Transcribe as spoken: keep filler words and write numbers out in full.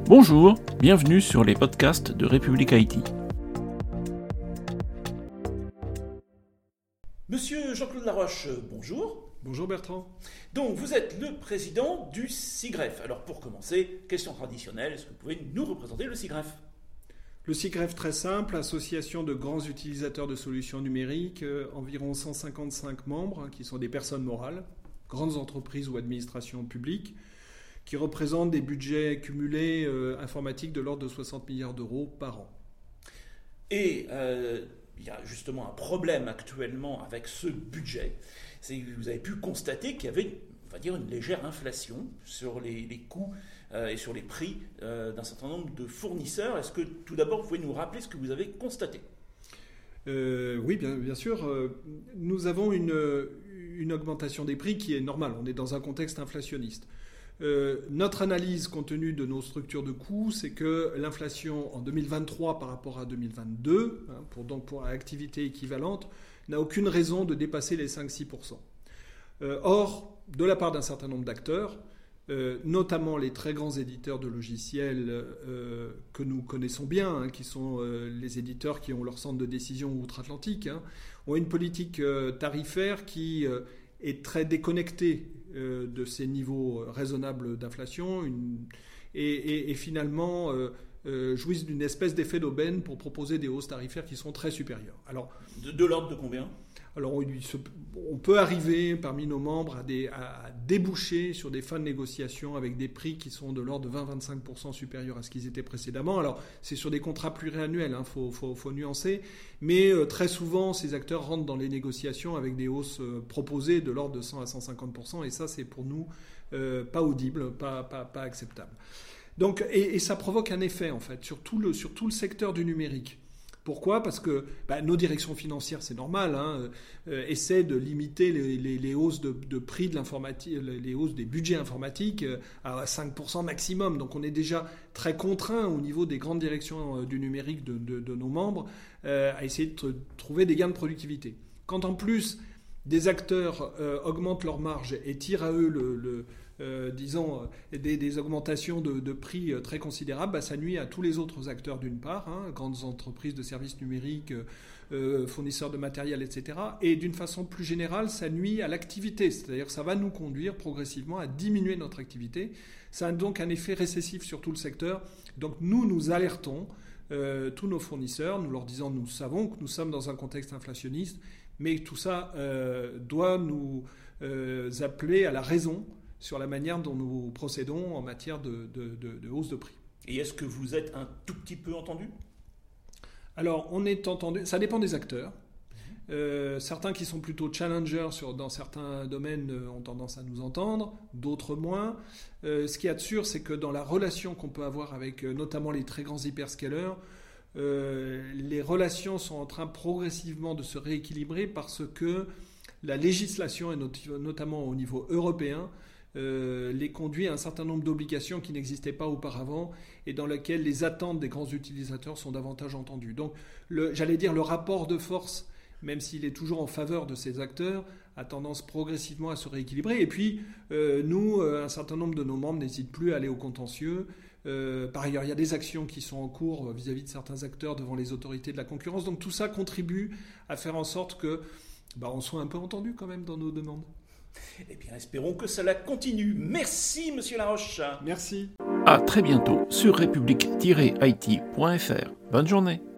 Bonjour, bienvenue sur les podcasts de République I T. Monsieur Jean-Claude Laroche, bonjour. Bonjour Bertrand. Donc vous êtes le président du SIGREF. Alors pour commencer, question traditionnelle, est-ce que vous pouvez nous représenter le SIGREF ? Le SIGREF, très simple, association de grands utilisateurs de solutions numériques, euh, environ cent cinquante-cinq membres, hein, qui sont des personnes morales, grandes entreprises ou administrations publiques, qui représentent des budgets cumulés euh, informatiques de l'ordre de soixante milliards d'euros par an. Et euh, il y a justement un problème actuellement avec ce budget, c'est que vous avez pu constater qu'il y avait, on va dire, une légère inflation sur les, les coûts euh, et sur les prix euh, d'un certain nombre de fournisseurs. Est-ce que tout d'abord vous pouvez nous rappeler ce que vous avez constaté ? euh, Oui, bien, bien sûr. Nous avons une, une augmentation des prix qui est normale. On est dans un contexte inflationniste. Euh, notre analyse, compte tenu de nos structures de coûts, c'est que l'inflation en deux mille vingt-trois par rapport à deux mille vingt-deux, hein, pour, donc pour activité équivalente, n'a aucune raison de dépasser les cinq à six pour cent. Euh, or, de la part d'un certain nombre d'acteurs, euh, notamment les très grands éditeurs de logiciels euh, que nous connaissons bien, hein, qui sont euh, les éditeurs qui ont leur centre de décision outre-Atlantique, hein, ont une politique euh, tarifaire qui euh, est très déconnectée euh, de ces niveaux raisonnables d'inflation une, et, et, et finalement euh, euh, jouissent d'une espèce d'effet d'aubaine pour proposer des hausses tarifaires qui sont très supérieures. Alors, de, de l'ordre de combien ? Alors, on, on peut arriver parmi nos membres à, des, à déboucher sur des fins de négociation avec des prix qui sont de l'ordre de vingt à vingt-cinq pour cent supérieurs à ce qu'ils étaient précédemment. Alors, c'est sur des contrats pluriannuels, il hein, faut, faut, faut nuancer. Mais euh, très souvent, ces acteurs rentrent dans les négociations avec des hausses euh, proposées de l'ordre de cent à cent cinquante pour cent. Et ça, c'est pour nous euh, pas audible, pas, pas, pas acceptable. Donc, et, et ça provoque un effet, en fait, sur tout le, sur tout le secteur du numérique. Pourquoi ? Parce que bah, nos directions financières, c'est normal, hein, euh, essaient de limiter les, les, les hausses de, de prix de l'informatique, les hausses des budgets informatiques à cinq pour cent maximum. Donc on est déjà très contraint au niveau des grandes directions du numérique de, de, de nos membres euh, à essayer de t- trouver des gains de productivité. Quand en plus des acteurs euh, augmentent leurs marges et tirent à eux le... le Euh, disons, euh, des, des augmentations de, de prix euh, très considérables, bah, ça nuit à tous les autres acteurs d'une part, hein, grandes entreprises de services numériques, euh, fournisseurs de matériel, et cetera. Et d'une façon plus générale, ça nuit à l'activité, c'est-à-dire que ça va nous conduire progressivement à diminuer notre activité. Ça a donc un effet récessif sur tout le secteur. Donc nous, nous alertons euh, tous nos fournisseurs, nous leur disant, nous savons que nous sommes dans un contexte inflationniste, mais tout ça euh, doit nous euh, appeler à la raison sur la manière dont nous procédons en matière de, de, de, de hausse de prix. Et est-ce que vous êtes un tout petit peu entendu ? Alors, on est entendu, ça dépend des acteurs. Euh, certains qui sont plutôt challengers sur, dans certains domaines euh, ont tendance à nous entendre, d'autres moins. Euh, ce qu'il y a de sûr, c'est que dans la relation qu'on peut avoir avec euh, notamment les très grands hyperscalers, euh, les relations sont en train progressivement de se rééquilibrer parce que la législation, et not- notamment au niveau européen, Euh, les conduit à un certain nombre d'obligations qui n'existaient pas auparavant et dans lesquelles les attentes des grands utilisateurs sont davantage entendues. Donc, le, j'allais dire, le rapport de force, même s'il est toujours en faveur de ces acteurs, a tendance progressivement à se rééquilibrer. Et puis, euh, nous, euh, un certain nombre de nos membres n'hésitent plus à aller au contentieux. Euh, par ailleurs, il y a des actions qui sont en cours vis-à-vis de certains acteurs devant les autorités de la concurrence. Donc, tout ça contribue à faire en sorte que, bah, on soit un peu entendu quand même dans nos demandes. Eh bien, espérons que cela continue. Merci, monsieur Laroche. Merci. À très bientôt sur république tiret I T point F R. Bonne journée.